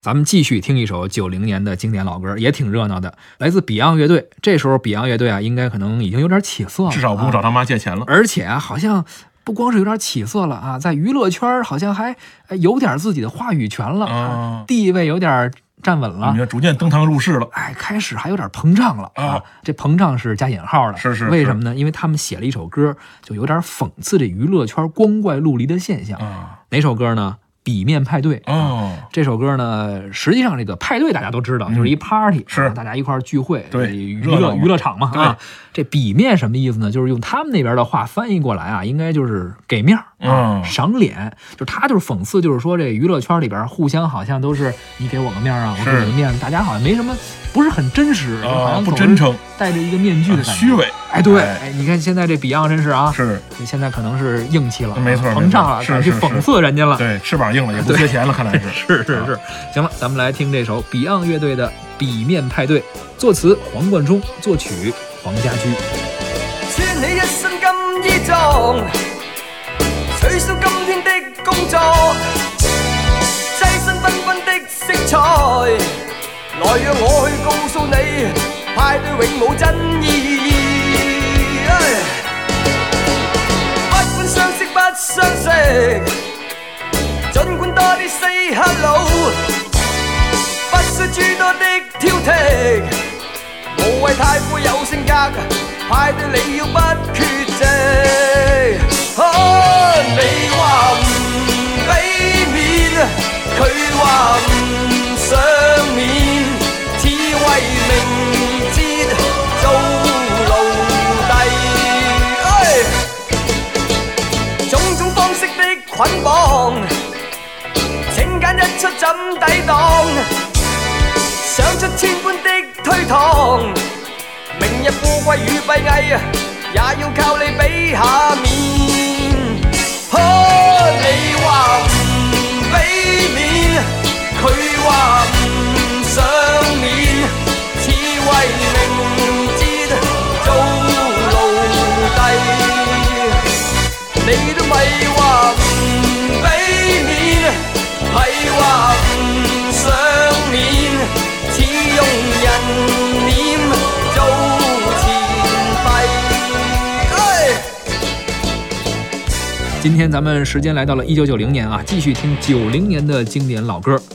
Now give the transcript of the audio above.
咱们继续听一首90年的经典老歌，也挺热闹的，来自 Beyond 乐队。这时候 Beyond 乐队啊，应该可能已经有点起色了， 至少不用找他妈借钱了。 而且啊，好像不光是有点起色了啊，在娱乐圈好像还有点自己的话语权了，地位有点站稳了， 你看逐渐登堂入室了， 开始还有点膨胀了啊！这膨胀是加引号的， 是为什么呢？因为他们写了一首歌，就有点讽刺这娱乐圈光怪陆离的现象。哪首歌呢？笔面派对这首歌呢，实际上这个派对大家都知道，就是一 party， 是大家一块聚会， 对， 娱乐场嘛啊。这笔面什么意思呢？就是用他们那边的话翻译过来啊，应该就是给面赏脸。就他就是讽刺，就是说这娱乐圈里边互相好像都是你给我个面啊，我给你个面，大家好像没什么，不是很真实，好像不真诚， 戴着一个面具的感觉， 虚伪。 对，你看现在这 Beyond 真是啊， 是现在可能是硬气了， 没错， 膨胀了， 是去讽刺人家了， 对，翅膀硬了，也不缺钱了，看来是。 是。行了，咱们来听这首 Beyond 乐队的《笔面派对》，作词黄贯中，作曲黄家驹。 穿起一身金衣裝，取消今天的工作，擠身繽紛的色彩，來讓我去告訴你，派對永無真意。不管相識不相識，儘管多啲 say hello， 不需諸多的挑剔，無謂太富有性格，派對你要不缺席。你話唔俾面，佢話唔想面，似為明節做奴隸。種種方式的捆綁，請揀一出怎抵擋？想出千般的推搪，明日富貴與閉翳，也要靠你俾下面。你話唔俾面，佢話唔想面，似為明節做奴隸。你都咪話唔俾面，咪話唔想面，似用人臉做錢幣。 今天咱们时间来到了1990年啊，继续听90年的经典老歌。